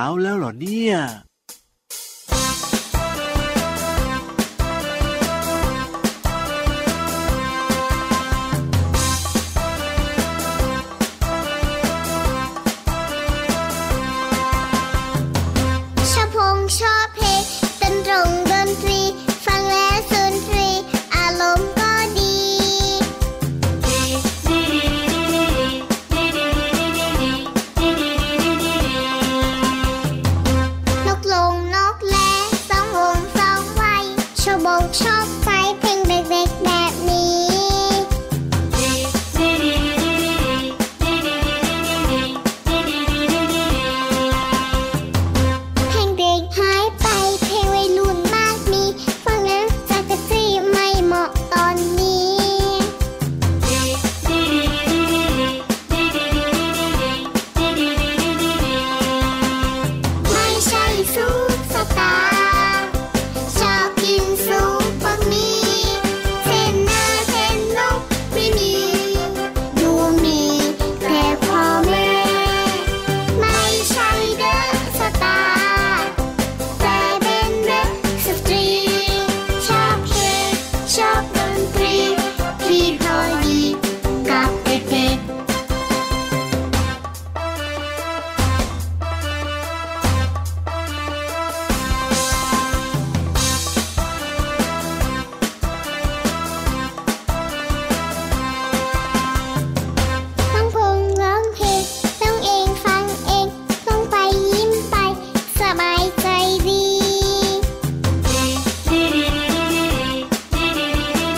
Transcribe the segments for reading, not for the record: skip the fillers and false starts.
แล้วเหรอเนี่ยชอบเพลงดนตรีฟังแล้วสุนทรีอารมณ์ก็ดีนกลงนกแลสองวงสองไว้ชอบบใจเพลงเด็กๆแบบนี้เ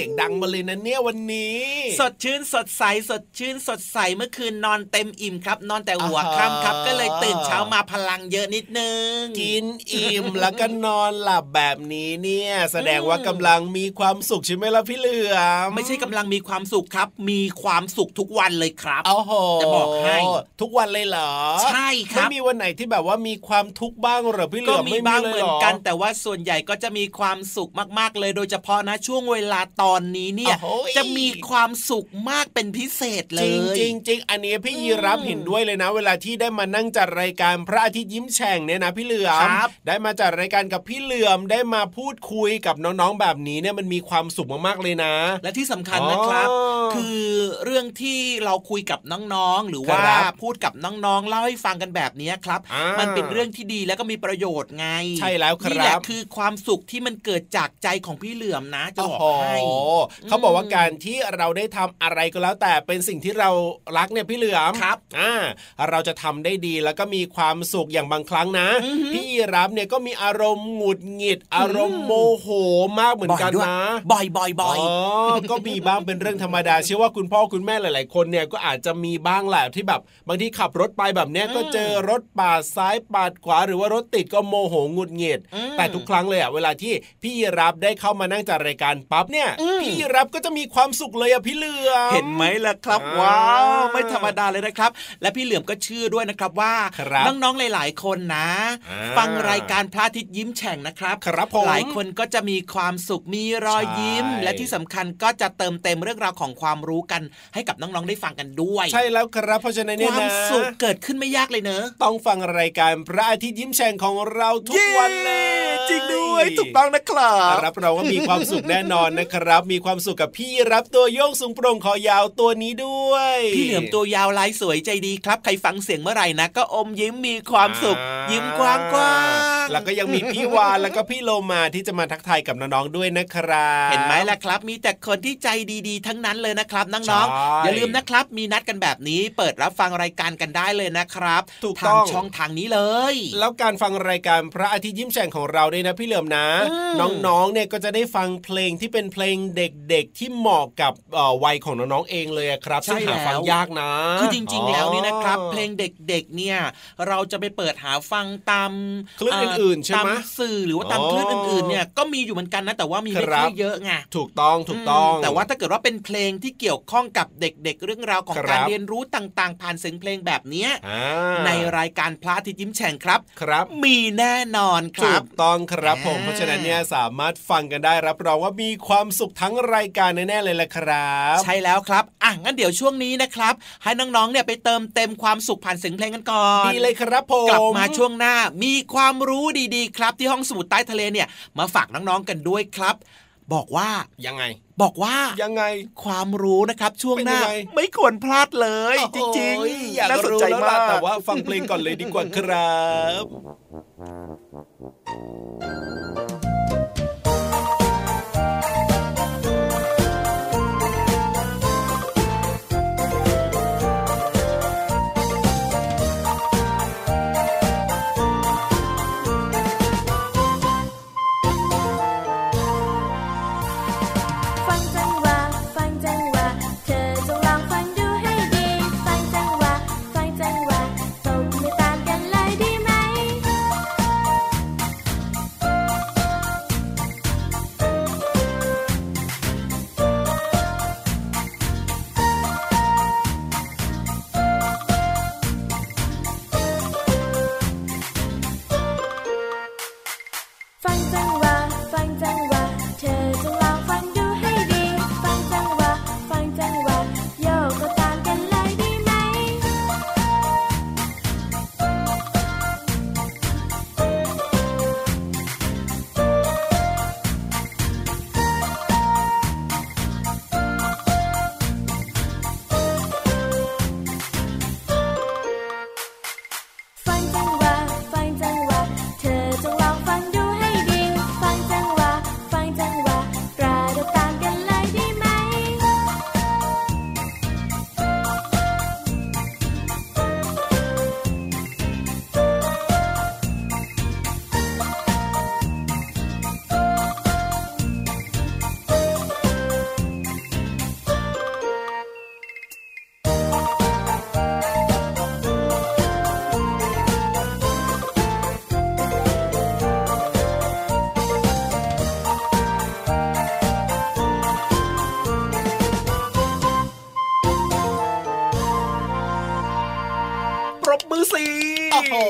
สียงดังมาเลยนะเนี่ยวันนี้สดชื่นสดใสสดชื่นสดใสเมื่อคืนนอนเต็มอิ่มครับนอนแต่หัวค่ำครับก็เลยตื่นเช้ามาพลังเยอะนิดนึงกินอิ่มแล้วก็นอนหลับแบบนี้เนี่ยแสดงว่ากำลังมีความสุขใช่ไหมล่ะพี่เหลือมไม่ใช่กำลังมีความสุขครับมีความสุขทุกวันเลยครับโอ้โหจะบอกให้ทุกวันเลยเหรอใช่ครับไม่มีวันไหนที่แบบว่ามีความทุกข์บ้างหรอพี่เหลือมไม่มีบ้างเหมือนกันแต่ว่าส่วนใหญ่ก็จะมีความสุขมากๆเลยโดยเฉพาะนะช่วงเวลาตอนนี้เนี่ยจะมีความสุขมากเป็นพิเศษเลยจริงๆอันนี้พี่ยีรับเห็นด้วยเลยนะเวลาที่ได้มานั่งจัดรายการพระอาทิตย์ยิ้มแฉ่งเนี่ยนะพี่เหลือมได้มาจัดรายการกับพี่เหลือมได้มาพูดคุยกับน้องๆแบบนี้เนี่ยมันมีความสุขมากๆเลยนะและที่สำคัญนะครับคือเรื่องที่เราคุยกับน้องๆหรือว่าพูดกับน้องๆเล่าให้ฟังกันแบบนี้ครับมันเป็นเรื่องที่ดีแล้วก็มีประโยชน์ไงใช่แล้วครับนี่แหละคือความสุขที่มันเกิดจากใจของพี่เหลือมนะจะบอกให้เขาบอกว่าการที่เราได้ทำอะไรก็แล้วแต่เป็นสิ่งที่เรารักเนี่ยพี่เหลือมครับเราจะทำได้ดีแล้วก็มีความสุขอย่างบางครั้งนะพี่รับเนี่ยก็มีอารมณ์หงุดหงิดอารมณ์โมโหมากเหมือนกันนะบ่อยก็มีบ้างเป็นเรื่องธรรมดาเชื่อว่าคุณพ่อคุณแม่หลายๆคนเนี่ยก็อาจจะมีบ้างแหละที่แบบบางทีขับรถไปแบบเนี้ยก็เจอรถปาดซ้ายปาดขวาหรือว่ารถติดก็โมโหหงุดหงิดแต่ทุกครั้งเลยเวลาที่พี่รับได้เข้ามานั่งจัดรายการปั๊บเนี่ยพี่รับก็จะมีความสุขเลยพี่เหลือมเห็นไหมล่ะครับว้าวไม่ธรรมดาเลยนะครับและพี่เหลือมก็เชื่อด้วยนะครับว่าน้องๆหลายๆคนนะฟังรายการพระอาทิตย์ยิ้มแฉ่งนะครับหลายคนก็จะมีความสุขมีรอยยิ้มและที่สำคัญก็จะเติมเต็มเรื่องราวของความรู้กันให้กับน้องๆได้ฟังกันด้วยใช่แล้วครับเพราะฉะนั้นเนี่ยนะความสุขเกิดขึ้นไม่ยากเลยเนอะต้องฟังรายการพระอาทิตย์ยิ้มแฉ่งของเราทุกวันเลยจริงด้วยถูกต้องนะครับรับเราก็มีความสุขแน่นอนนะครับมีความสุขกับพี่รับตัวโยงสูงโปร่งคอยาวตัวนี้ด้วยพี่เหลือมตัวยาวลายสวยใจดีครับใครฟังเสียงเมื่อไหร่นะก็อมยิ้มมีความสุขยิ้มกว้างๆแล้วก็ยังมีพี่วานแล้วก็พี่โลมาที่จะมาทักทายกับน้องๆด้วยนะครับเห็นไหมล่ะครับมีแต่คนที่ใจดีๆทั้งนั้นเลยนะครับน้องๆอย่าลืมนะครับมีนัดกันแบบนี้เปิดรับฟังรายการกันได้เลยนะครับทางช่องทางนี้เลยแล้วการฟังรายการพระอาทิตย์ยิ้มแฉ่งของเราด้วยนะพี่เหลือมนะน้องๆเนี่ยก็จะได้ฟังเพลงที่เป็นเพลงเด็กๆที่เหมาะกับวัยของน้องๆเองเลยครับซึ่งหาฟังยากนะคือจริงๆแล้วนี่นะครับเพลงเด็กๆเนี่ยเราจะไปเปิดหาฟังตามคลื่นอื่นๆใช่ไหมตามสื่อหรือว่าตามคลื่นอื่นๆเนี่ยก็มีอยู่เหมือนกันนะแต่ว่ามีไม่ค่อยเยอะไงถูกต้องแต่ว่าถ้าเกิดว่าเป็นเพลงที่เกี่ยวข้องกับเด็กๆเรื่องราวของการเรียนรู้ต่างๆผ่านเสียงเพลงแบบนี้ในรายการพระอาทิตย์ยิ้มแฉ่งครับมีแน่นอนครับถูกต้องครับผมเพราะฉะนั้นเนี่ยสามารถฟังกันได้รับรองว่ามีความสุขทั้งรายการแน่ๆเลยแหละครับใช่แล้วครับงั้นเดี๋ยวช่วงนี้นะครับให้น้องๆเนี่ยไปเติมเต็มความสุขผ่านเสียงเพลงกันก่อนดีเลยครับผมกลับมาช่วงหน้ามีความรู้ดีๆครับที่ห้องสมุดใต้ทะเลเนี่ยมาฝากน้องๆกันด้วยครับบอกว่ายังไงยังไงความรู้นะครับช่วงหน้าไม่ควรพลาดเลยจริงๆน่าสนใจมากแต่ว่าฟังเพลงก่อนเลยดีกว่าครับ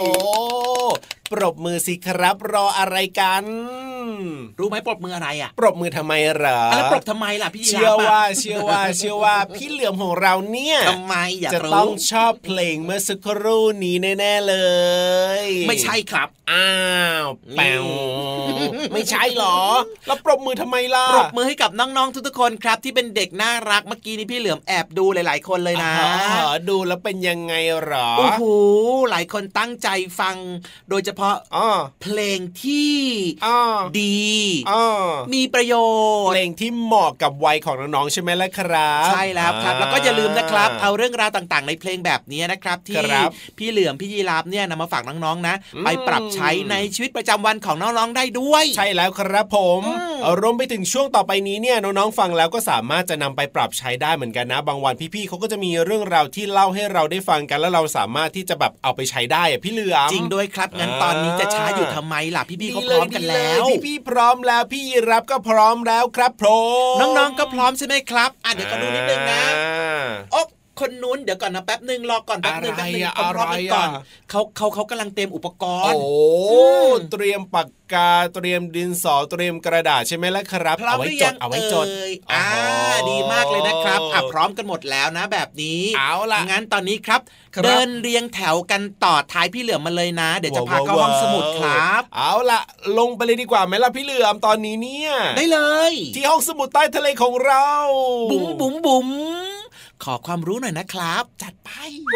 ปรบมือสิครับรออะไรกันรู้ไหมปรบมืออะไรอ่ะปรบมือทำไมเหรอแล้วปรบทำไมล่ะพี่เชื่อว่าพี่เหลือมของเราเนี่ยทำไมอยากรู้จะต้องชอบเพลงเมื่อสักครู่นี้แน่ๆเลยไม่ใช่ครับอ้าวแป๋วไม่ใช่หรอแล้วปรบมือทำไมล่ะปรบมือให้กับน้องๆทุกๆคนครับที่เป็นเด็กน่ารักเมื่อกี้นี้พี่เหลือมแอบดูหลายๆคนเลยนะดูแล้วเป็นยังไงหรอโอ้โหหลายคนตั้งใจฟังโดยเฉพาะเพลงที่ดีมีประโยชน์เพลงที่เหมาะกับวัยของน้องๆใช่ไหมล่ะครับใช่แล้วครับแล้วก็อย่าลืมนะครับเอาเรื่องราวต่างๆในเพลงแบบนี้นะครับที่พี่เหลือมพี่ยีราฟเนี่ยนำมาฝากน้องๆนะไปปรับใช้ในชีวิตประจำวันของน้องๆได้ด้วยใช่แล้วครับผมรวมไปถึงช่วงต่อไปนี้เนี่ยน้องๆฟังแล้วก็สามารถจะนำไปปรับใช้ได้เหมือนกันนะบางวันพี่ๆเขาก็จะมีเรื่องราวที่เล่าให้เราได้ฟังกันแล้วเราสามารถที่จะแบบเอาไปใช้ได้อะพี่เหลือมจริงด้วยครับงั้นตอนนี้จะช้าอยู่ทำไมล่ะพี่ๆเขาพร้อมกันแล้วพี่ๆพร้อมแล้วพี่ยีรับก็พร้อมแล้วครับผมน้องๆก็พร้อมใช่ไหมครับเดี๋ยวก็ดูนิดนึงนะโอ๊ะคนนู้นเดี๋ยวก่อนนะแป๊บนึงรอก่อนแป๊บนึงพร้อมกันก่อนเขากำลังเตรียมอุปกรณ์เตรียมปากกาเตรียมดินสอเตรียมกระดาษใช่ไหมล่ะครับเอาไว้จดดีมากเลยนะครับพร้อมกันหมดแล้วนะแบบนี้เอาล่ะงั้นตอนนี้ครับเดินเรียงแถวกันต่อท้ายพี่เหลือมมาเลยนะเดี๋ยวจะพาเข้าห้องสมุดครับเอาล่ะลงไปเลยดีกว่าไหมล่ะพี่เหลือมตอนนี้เนี่ยได้เลยที่ห้องสมุดใต้ทะเลของเราบุ๋มบุ๋มบุ๋มขอความรู้หน่อยนะครับจัดไป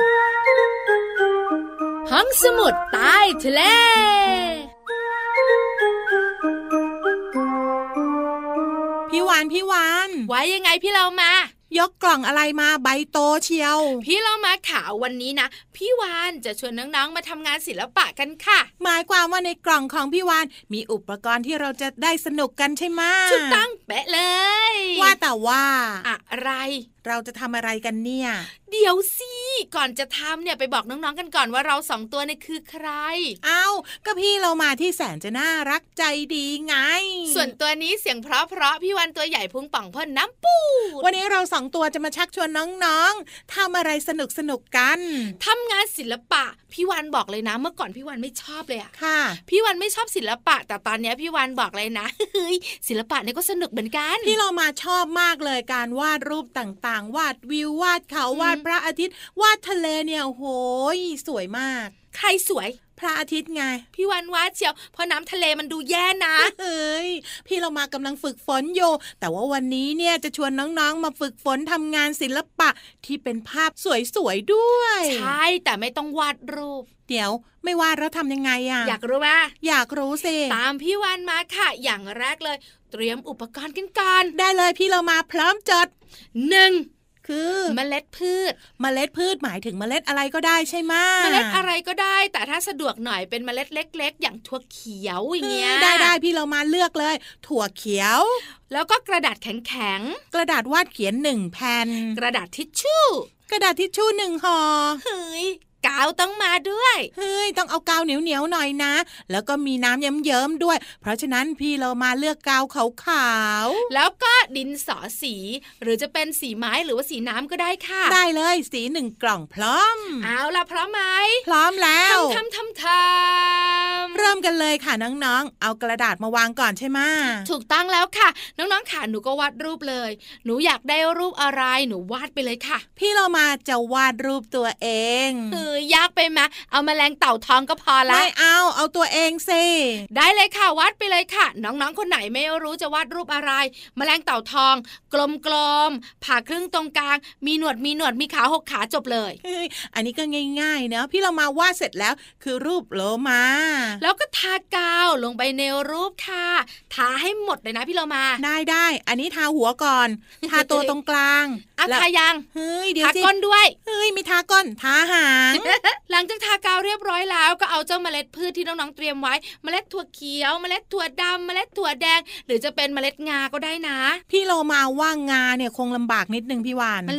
ห้องสมุดใต้ทะเลพี่วานไว้ยังไงพี่เรามายกกล่องอะไรมาใบโตเชียวพี่เรามาข่าววันนี้นะพี่วานจะชวนน้องๆมาทำงานศิลปะกันค่ะหมายความว่าในกล่องของพี่วานมีอุปกรณ์ที่เราจะได้สนุกกันใช่ไหมถูกต้องเป๊ะเลยว่าแต่ว่าอะไรเราจะทำอะไรกันเนี่ยเดี๋ยวสิก่อนจะทำเนี่ยไปบอกน้องๆกันก่อนว่าเราสองตัวเนี่ยคือใครก็พี่เรามาที่แสนจะน่ารักใจดีไงส่วนตัวนี้เสียงเพราะพี่วานตัวใหญ่พุงป่องพ่นน้ำปูวันนี้เรา2ตัวจะมาชักชวนน้องๆทำอะไรสนุกกันทำงานศิลปะพี่วานบอกเลยนะเมื่อก่อนพี่วานไม่ชอบเลยค่ะพี่วานไม่ชอบศิลปะแต่ตอนนี้พี่วานบอกเลยนะศิลปะเนี่ยก็สนุกเหมือนกันพี่เรามาชอบมากเลยการวาดรูปต่างๆวาดวิววาดเขาวาดพระอาทิตย์วาดทะเลเนี่ยโหยสวยมากใครสวยพระอาทิตย์ไงพี่วานวาดเชียวเพราะน้ำทะเลมันดูแย่นะเฮ้ยพี่เรามากำลังฝึกฝนอยู่แต่ว่าวันนี้เนี่ยจะชวนน้องๆมาฝึกฝนทำงานศิลปะที่เป็นภาพสวยๆด้วยใช่แต่ไม่ต้องวาดรูปเดี๋ยวไม่วาดแล้วทำยังไงอยากรู้ไหมอยากรู้สิตามพี่วานมาค่ะอย่างแรกเลยเตรียมอุปกรณ์กันก่อนได้เลยพี่เรามาพร้อมจด 1คือเมล็ดพืชหมายถึงเมล็ดอะไรก็ได้ใช่ไหมเมล็ดอะไรก็ได้แต่ถ้าสะดวกหน่อยเป็นเมล็ดเล็กๆอย่างถั่วเขียวอย่างเงี้ยได้พี่เรามาเลือกเลยถั่วเขียวแล้วก็กระดาษแข็งๆกระดาษวาดเขียน1แผ่นกระดาษทิชชู่ 1ห่อเฮ้ยกาวต้องมาด้วยเฮ้ยต้องเอากาวเหนียวๆหน่อยนะแล้วก็มีน้ำเยิ้มๆด้วยเพราะฉะนั้นพี่เรามาเลือกกาวขาวๆแล้วก็ดินสอสีหรือจะเป็นสีไม้หรือว่าสีน้ำก็ได้ค่ะได้เลยสี1กล่องพร้อมเอาล่ะพร้อมไหมพร้อมแล้วทำเริ่มกันเลยค่ะน้องๆเอากระดาษมาวางก่อนใช่ไหมถูกต้องแล้วค่ะน้องๆค่ะหนูก็วาดรูปเลยหนูอยากได้รูปอะไรหนูวาดไปเลยค่ะพี่เรามาจะวาดรูปตัวเองยากไปไหมเอาแมลงเต่าทองก็พอละไม่เอาตัวเองสิได้เลยค่ะวาดไปเลยค่ะน้องๆคนไหนไม่รู้จะวาดรูปอะไรแมลงเต่าทองกลมๆผ่าครึ่งตรงกลางมีหนวดมีขา6ขาจบเลยอันนี้ก็ง่ายๆเนาะพี่เรามาวาดเสร็จแล้วคือรูปโลมาแล้วก็ทากาวลงไปในรูปค่ะทาให้หมดเลยนะพี่เรามาได้อันนี้ทาหัวก่อนทาตัวตรงกลางทายังเดี๋ยวทาก้นด้วยมีทาก้นทาหางหลังจากทากาวเรียบร้อยแล้วก็เอาเจ้าเมล็ดพืชที่น้องๆเตรียมไว้เมล็ดถั่วเขียวเมล็ดถั่วดำเมล็ดถั่วแดงหรือจะเป็นเมล็ดงาก็ได้นะพี่โลมาว่างาเนี่ยคงลำบากนิดนึงพี่วานมันเล็ก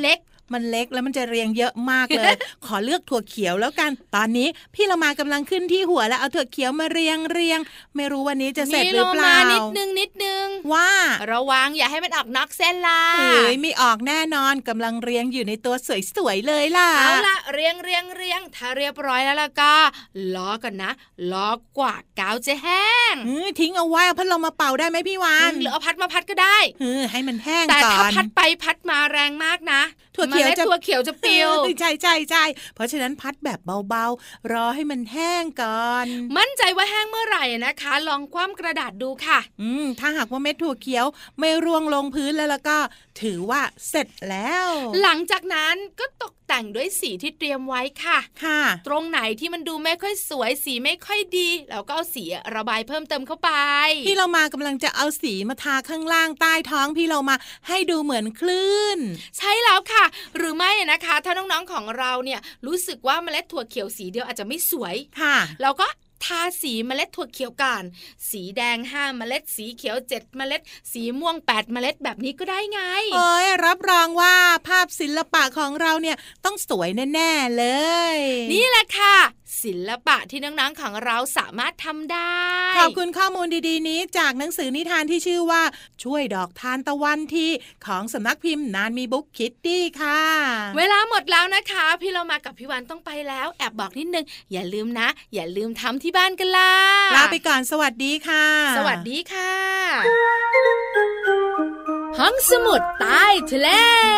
มันเล็กแล้วมันจะเรียงเยอะมากเลย ขอเลือกถั่วเขียวแล้วกันตอนนี้พี่เรามากำลังขึ้นที่หัวแล้วเอาถั่วเขียวมาเรียงไม่รู้วันนี้จะเสร็จหรือเปล่านิดนึงว่าระวังอย่าให้มันออกนอกเส้นล่ะไม่ออกแน่นอนกำลังเรียงอยู่ในตัวสวยๆเลยล่ะเอาล่ะเรียงถ้าเรียบร้อยแล้วล่ะก็ล้อกันนะล้อกว่ากาวจะแห้งทิ้งเอาไว้เอาพัดลมมาเป่าได้ไหมพี่วานหรือเอาพัดมาพัดก็ได้ให้มันแห้งก่อนแต่ถ้าพัดไปพัดมาแรงมากนะถั่วเขียวจะปิวใช่เพราะฉะนั้นพัดแบบเบาๆรอให้มันแห้งก่อนมั่นใจว่าแห้งเมื่อไหร่นะคะลองคว่ำกระดาษดูค่ะถ้าหากว่าเม็ดถั่วเขียวไม่ร่วงลงพื้นแล้วก็ถือว่าเสร็จแล้วหลังจากนั้นก็ตกแต่งด้วยสีที่เตรียมไว้ค่ะตรงไหนที่มันดูไม่ค่อยสวยสีไม่ค่อยดีแล้วก็เอาสีระบายเพิ่มเติมเข้าไปพี่เรามากำลังจะเอาสีมาทาข้างล่างใต้ท้องพี่เรามาให้ดูเหมือนคลื่นใช่แล้วค่ะหรือไม่นะคะถ้าน้องๆของเราเนี่ยรู้สึกว่าเมล็ดถั่วเขียวสีเดียวอาจจะไม่สวยค่ะเราก็ทาสีเมล็ดถั่วเขียวกันสีแดง5เมล็ดสีเขียว7เมล็ดสีม่วง8เมล็ดแบบนี้ก็ได้ไงรับรองว่าภาพศิลปะของเราเนี่ยต้องสวยแน่ๆเลยนี่แหละค่ะศิลปะที่น้องๆของเราสามารถทำได้ขอบคุณข้อมูลดีๆนี้จากหนังสือนิทานที่ชื่อว่าช่วยดอกทานตะวันทีของสำนักพิมพ์นานมีบุ๊กคิตตี้ค่ะเวลาหมดแล้วนะคะพี่เรามากับพี่วันต้องไปแล้วแอบบอกนิดนึงอย่าลืมนะอย่าลืมทำที่บ้านกันล่ะลาไปก่อนสวัสดีค่ะสวัสดีค่ะห้องสมุดใต้ทะเล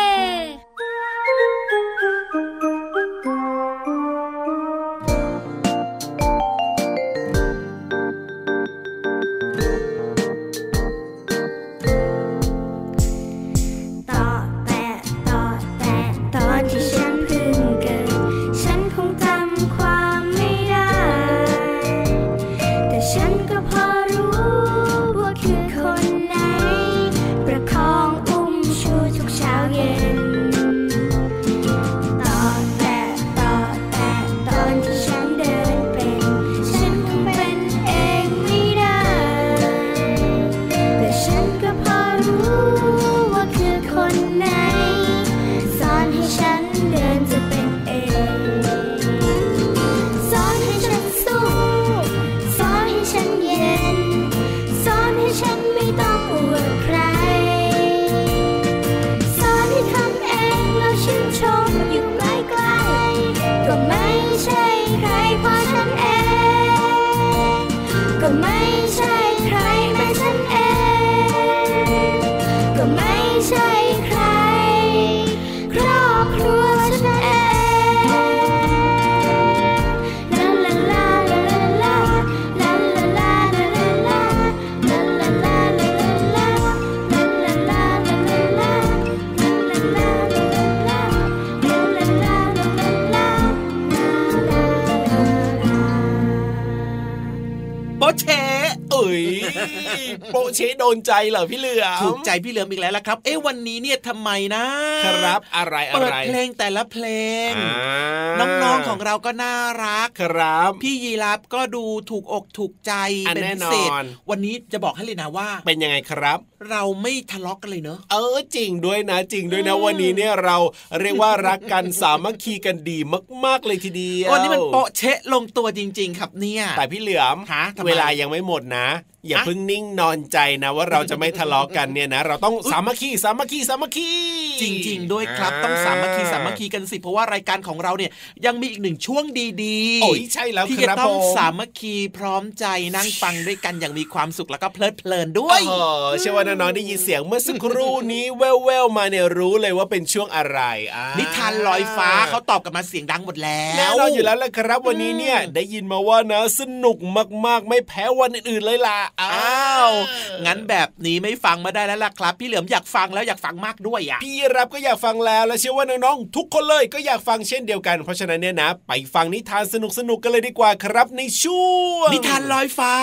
โปเชโดนใจเหรอพี่เหลือมถูกใจพี่เหลือมอีกแล้วล่ะครับวันนี้เนี่ยทำไมนะครับอะไรเปิดเพลงแต่ละเพลงน้องๆของเราก็น่ารักครับพี่ยีรับก็ดูถูกอกถูกใจเป็นพิเศษวันนี้จะบอกให้เลยนะว่าเป็นยังไงครับเราไม่ทะเลาะกันเลยเนอะจริงด้วยนะวันนี้เนี่ยเราเรียกว่ารักกันสามัคคีกันดีมากๆเลยทีเดียววันนี้มันโปะเชะลงตัวจริงๆครับเนี่ยแต่พี่เหลือมเวลายังไม่หมดนะอย่าเพิ่งนิ่งนอนใจนะว่าเราจะไม่ทะเลาะกันเนี่ยนะเราต้องสามัคคีจริงๆด้วยครับต้องสามัคคีกันสิเพราะว่ารายการของเราเนี่ยยังมีอีกหนึ่งช่วงดีๆใช่แล้วที่จะต้องสามัคคีพร้อมใจนั่งฟังด้วยกันอย่างมีความสุขแล้วก็เพลิดเพลินด้วยเชื่อว่าน้องๆได้ยินเสียงเมื่อสักครู่นี้แว่วๆมาเนี่ยรู้เลยว่าเป็นช่วงอะไรนิทานลอยฟ้าเขาตอบกันมาเสียงดังหมดแล้วแน่นอนอยู่แล้วแหละครับวันนี้เนี่ยได้ยินมาว่านะสนุกมากๆไม่แพ้วันอื่นๆเลยล่ะงั้นแบบนี้ไม่ฟังมาได้แล้วล่ะครับพี่เหลือมอยากฟังแล้วอยากฟังมากด้วยพี่รับก็อยากฟังแล้วและเชื่อว่าน้องๆทุกคนเลยก็อยากฟังเช่นเดียวกันเพราะฉะนั้นเนี่ยนะไปฟังนิทานสนุกๆกันเลยดีกว่าครับในช่วงนิทานลอยฟ้า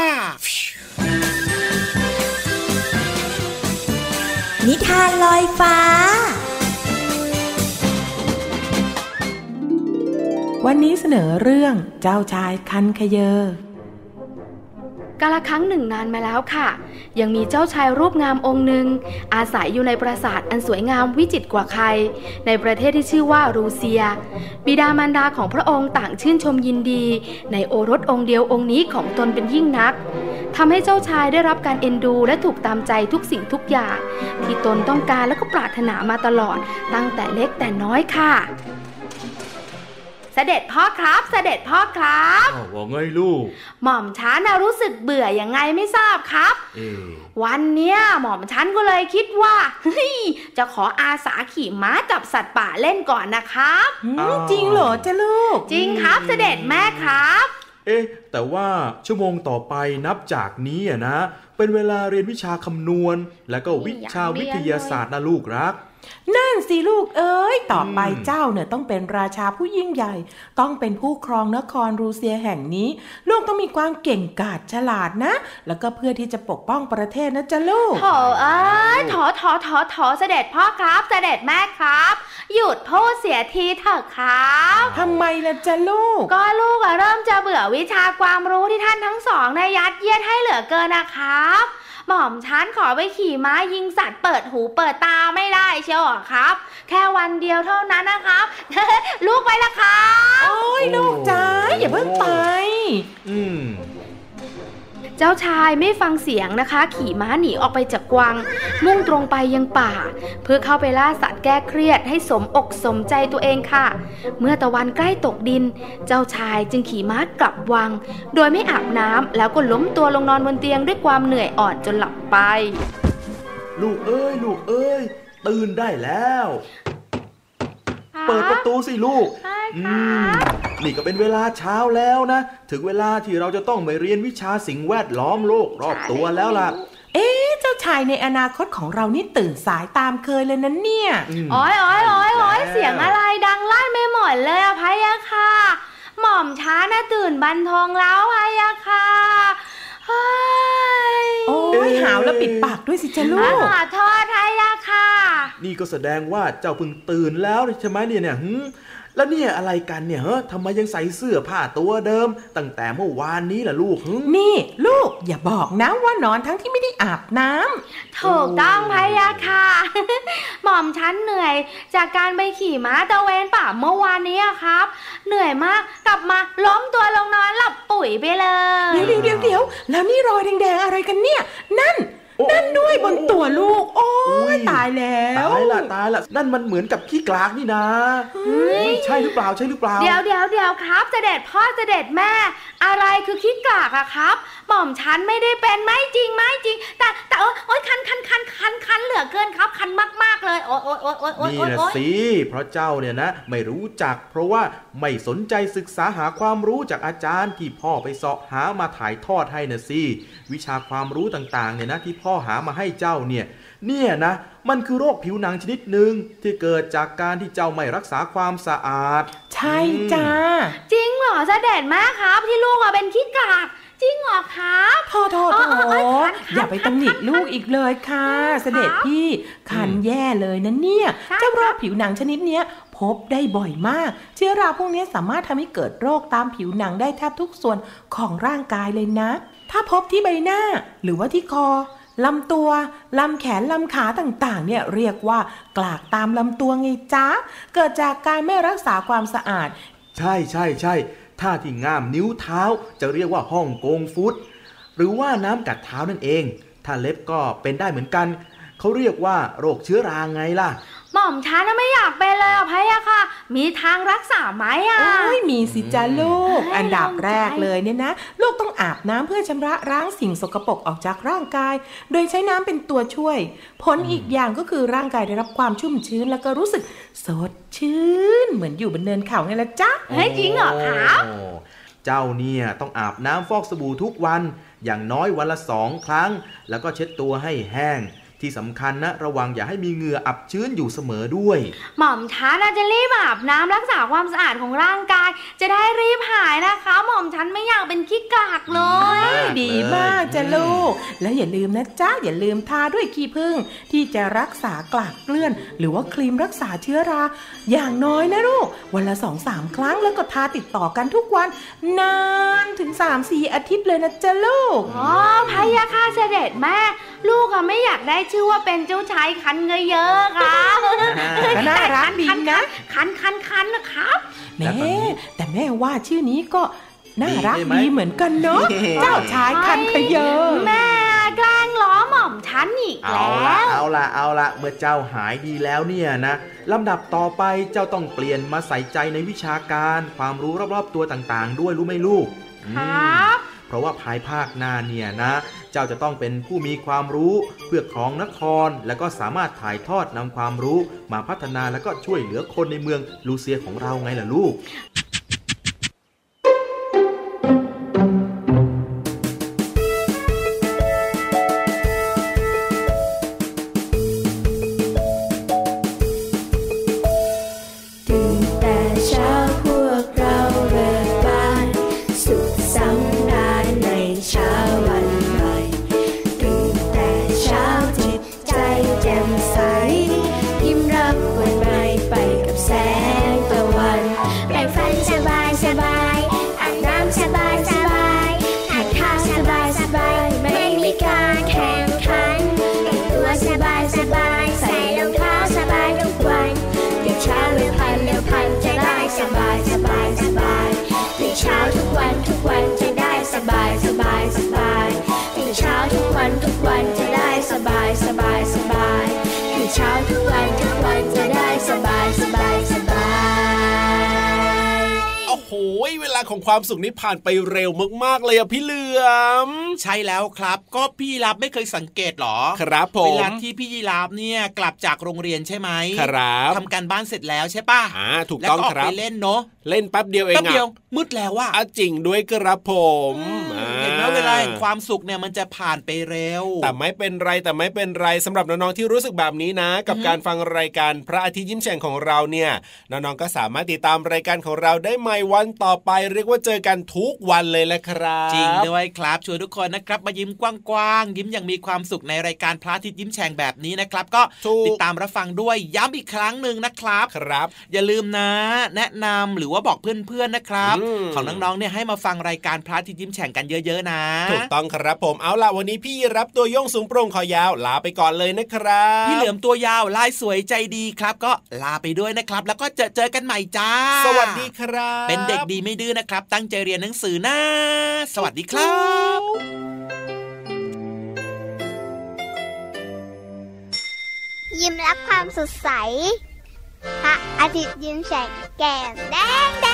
นิทานลอยฟ้าวันนี้เสนอเรื่องเจ้าชายคันคเยอกาลครั้งหนึ่งนานมาแล้วค่ะยังมีเจ้าชายรูปงามองค์หนึ่งอาศัยอยู่ในปราสาทอันสวยงามวิจิตรกว่าใครในประเทศที่ชื่อว่ารูเซียบิดามารดาของพระองค์ต่างชื่นชมยินดีในโอรสองค์เดียวองค์นี้ของตนเป็นยิ่งนักทำให้เจ้าชายได้รับการเอ็นดูและถูกตามใจทุกสิ่งทุกอย่างที่ตนต้องการและก็ปรารถนามาตลอดตั้งแต่เล็กแต่น้อยค่ะเสด็จพ่อครับเสด็จพ่อครับว่าไงลูกหม่อมฉันรู้สึกเบื่อยังไงไม่ทราบครับวันเนี้ยหม่อมฉันก็เลยคิดว่าจะขออาสาขี่ม้าจับสัตว์ป่าเล่นก่อนนะครับจริงเหรอจ๊ะลูกจริงครับเสด็จแม่ครับแต่ว่าชั่วโมงต่อไปนับจากนี้นะเป็นเวลาเรียนวิชาคำนวณและก็วิชาวิทยาศาสตร์นะลูกรักนั่นสิลูกเอ้ยต่อไปเจ้าเนี่ยต้องเป็นราชาผู้ยิ่งใหญ่ต้องเป็นผู้ครองนครรูเซียแห่งนี้ลูกต้องมีความเก่งกาจฉลาดนะแล้วก็เพื่อที่จะปกป้องประเทศนะจ๊ะลูกโถถอเสด็จพ่อครับเสด็จแม่ครับหยุดพูดเสียทีเถอะครับทำไมล่ะจ๊ะลูกก็ลูกเริ่มจะเบื่อวิชาความรู้ที่ท่านทั้งสองได้ยัดเยียดให้เหลือเกินนะครับหม่อมฉันขอไปขี่ม้ายิงสัตว์เปิดหูเปิดตาไม่ได้เชียวครับแค่วันเดียวเท่านั้นนะครับ ลูกไปละครับโอ้ยลูกจ๋าอย่าเพิ่งไปเจ้าชายไม่ฟังเสียงนะคะขี่ม้าหนีออกไปจากวังมุ่งตรงไปยังป่าเพื่อเข้าไปล่าสัตว์แก้เครียดให้สมอกสมใจตัวเองค่ะเมื่อตะวันใกล้ตกดินเจ้าชายจึงขี่ม้ากลับวังโดยไม่อาบน้ำแล้วก็ล้มตัวลงนอนบนเตียงด้วยความเหนื่อยอ่อนจนหลับไปลูกเอ้ยตื่นได้แล้วเปิดประตูสิลูกนี่ก็เป็นเวลาเช้าแล้วนะถึงเวลาที่เราจะต้องไปเรียนวิชาสิ่งแวดล้อมโลกรอบตัวแล้วล่ะเจ้าชายในอนาคตของเรานี่ตื่นสายตามเคยเลยนะเนี่ยโอ๊ยเสียงอะไรดังลั่นไม่หมดเลยพะยะค่ะหม่อมช้านะตื่นบันทองแล้วพะยะค่ะโอ้ยหาวแล้วปิดปากด้วยสิจ๊ะลูกขอโทษพะยะค่ะนี่ก็แสดงว่าเจ้าเพิ่งตื่นแล้วใช่ไหมเนี่ยแล้วเนี่ยอะไรกันเนี่ยทำไมยังใส่เสื้อผ้าตัวเดิมตั้งแต่เมื่อวานนี้ล่ะลูกนี่ลูกอย่าบอกนะว่านอนทั้งที่ไม่ได้อาบน้ำถูกต้องพะยะค่ะหม่อมฉันเหนื่อยจากการไปขี่ม้าตะเวนป่าเมื่อวานนี้ครับเหนื่อยมากกลับมาล้มตัวลงนอนหลับปุ๋ยไปเลยเดี๋ยวแล้วนี่รอยแดงๆอะไรกันเนี่ยนั่นด้วยบนตัวลูกโอ้ยตายแล้วตายละนั่นมันเหมือนกับขี้กลากนี่นะใช่หรือเปล่าเดี๋ยวครับเสด็จพ่อเสด็จแม่อะไรคือขี้กลากอะครับหม่อมฉันไม่ได้เป็นไม่จริงแต่โอ๊ยคันเหลือเกินครับคันมากๆเลยโอ๊ยนี่นะสิเพราะเจ้าเนี่ยนะไม่รู้จักเพราะว่าไม่สนใจศึกษาหาความรู้จากอาจารย์ที่พ่อไปเสาะหามาถ่ายทอดให้นะสิวิชาความรู้ต่างๆเนี่ยนะที่พ่อหามาให้เจ้าเนี่ยนะมันคือโรคผิวหนังชนิดหนึ่งที่เกิดจากการที่เจ้าไม่รักษาความสะอาดใช่จ้าจริงเหรอเสด็จแม่ครับที่ลูกเป็นขี้กลากจริงเหรอครับโทษอย่าไปตำหนิลูกอีกเลยค่ะเสด็จพี่คันแย่เลยนะเนี่ยเจ้าโรคผิวหนังชนิดเนี้ยพบได้บ่อยมากเชื้อราพวกนี้สามารถทำให้เกิดโรคตามผิวหนังได้แทบทุกส่วนของร่างกายเลยนะถ้าพบที่ใบหน้าหรือว่าที่คอลำตัวลำแขนลำขาต่างๆเนี่ยเรียกว่ากลากตามลำตัวไงจ๊ะเกิดจากการไม่รักษาความสะอาดใช่ถ้าที่ง่ามนิ้วเท้าจะเรียกว่าฮ่องกงฟุตหรือว่าน้ำกัดเท้านั่นเองถ้าเล็บก็เป็นได้เหมือนกันเขาเรียกว่าโรคเชื้อราไงล่ะหม่อมฉันไม่อยากเป็นเลยพะยะค่ะมีทางรักษาไหมมีสิจ๊ะลูกอันดับแรกเลยเนี่ยนะลูกต้องอาบน้ำเพื่อชำระล้างสิ่งสกปรกออกจากร่างกายโดยใช้น้ำเป็นตัวช่วยผลอีกอย่างก็คือร่างกายได้รับความชุ่มชื้นแล้วก็รู้สึกสดชื่นเหมือนอยู่บนเนินเขาไงล่ะจ๊ะจริงเหรอครับเจ้าเนี่ยต้องอาบน้ำฟอกสบู่ทุกวันอย่างน้อยวันละ2 ครั้งแล้วก็เช็ดตัวให้แห้งที่สำคัญนะระวังอย่าให้มีเหงื่ออับชื้นอยู่เสมอด้วยหม่อมฉันจะรีบอาบน้ำรักษาความสะอาดของร่างกายจะได้รีบหายนะคะหม่อมฉันไม่อยากเป็นขี้กากเลยดีมากจ้ะลูกแล้วอย่าลืมนะจ๊ะอย่าลืมทาด้วยขี้ผึ้งที่จะรักษากลากเกลื่อนหรือว่าครีมรักษาเชื้อราอย่างน้อยนะลูกวันละ 2-3 ครั้งแล้วก็ทาติดต่อกันทุกวันนานถึง 3-4 อาทิตย์เลยนะจ๊ะลูกอ๋อพะยะค่ะเสด็จแม่ลูกไม่อยากได้ชื่อว่าเป็นเจ้าชายคันเยอะๆครับก็น่ารักดีนะคันนะครับแม่แต่แม่ว่าชื่อนี้ก็น่ารักดีเหมือนกันเนาะเจ้าชายคันขยอแม่แกล้งล้อหม่อมฉันอีกแล้วเอาละเมื่อเจ้าหายดีแล้วเนี่ยนะลำดับต่อไปเจ้าต้องเปลี่ยนมาใส่ใจในวิชาการความรู้รอบๆตัวต่างๆด้วยรู้ไหมลูกครับเพราะว่าภายภาคหน้าเนี่ยนะเจ้าจะต้องเป็นผู้มีความรู้เพื่อครองนครแล้วก็สามารถถ่ายทอดนำความรู้มาพัฒนาแล้วก็ช่วยเหลือคนในเมืองลูเซียของเราไงล่ะลูกเช้าทุกวันจะได้สบายโอ้โหเวลาของความสุขนี้ผ่านไปเร็วมากๆเลยอ่ะพี่เหลือมใช่แล้วครับก็พี่ยีราฟไม่เคยสังเกตหรอครับผมเวลาที่พี่ยีราฟเนี่ยกลับจากโรงเรียนใช่ไหมครับทำการบ้านเสร็จแล้วใช่ป่ะถูกต้องครับแล้วก็ออกไปเล่นเนาะเล่นแป๊บเดียวเองอ่ะมืดแล้วว่ะจริงด้วยครับผมเห็นไหมเวลาความสุขเนี่ยมันจะผ่านไปเร็วแต่ไม่เป็นไรสำหรับน้องๆที่รู้สึกแบบนี้นะกับการฟังรายการพระอาทิตย์ยิ้มแฉ่งของเราเนี่ยน้องๆก็สามารถติดตามรายการของเราได้ใหม่วันต่อไปเรียกว่าเจอกันทุกวันเลยแหละครับจริงด้วยครับชวนทุกคนนะครับมายิ้มกว้างๆยิ้มอย่างมีความสุขในรายการพระอาทิตย์ยิ้มแฉ่งแบบนี้นะครับก็ติดตามรับฟังด้วยย้ำอีกครั้งนึงนะครับครับอย่าลืมนะแนะนำหรือว่าบอกเพื่อนๆนะครับของน้องๆเนี่ยให้มาฟังรายการพระอาทิตย์ยิ้มแฉ่งกันเยอะๆนะถูกต้องครับผมเอาล่ะวันนี้พี่รับตัวโยงสูงโปร่งคอยาวลาไปก่อนเลยนะครับพี่เหลือมตัวยาวลายสวยใจดีครับก็ลาไปด้วยนะครับแล้วก็เจอกันใหม่จ้าสวัสดีครับเป็นเด็กดีไม่ดื้อนะครับตั้งใจเรียนหนังสือนะสวัสดีครับยิ้มรับความสดใสพระอาทิตย์ยิ้มแฉกแก้มแดง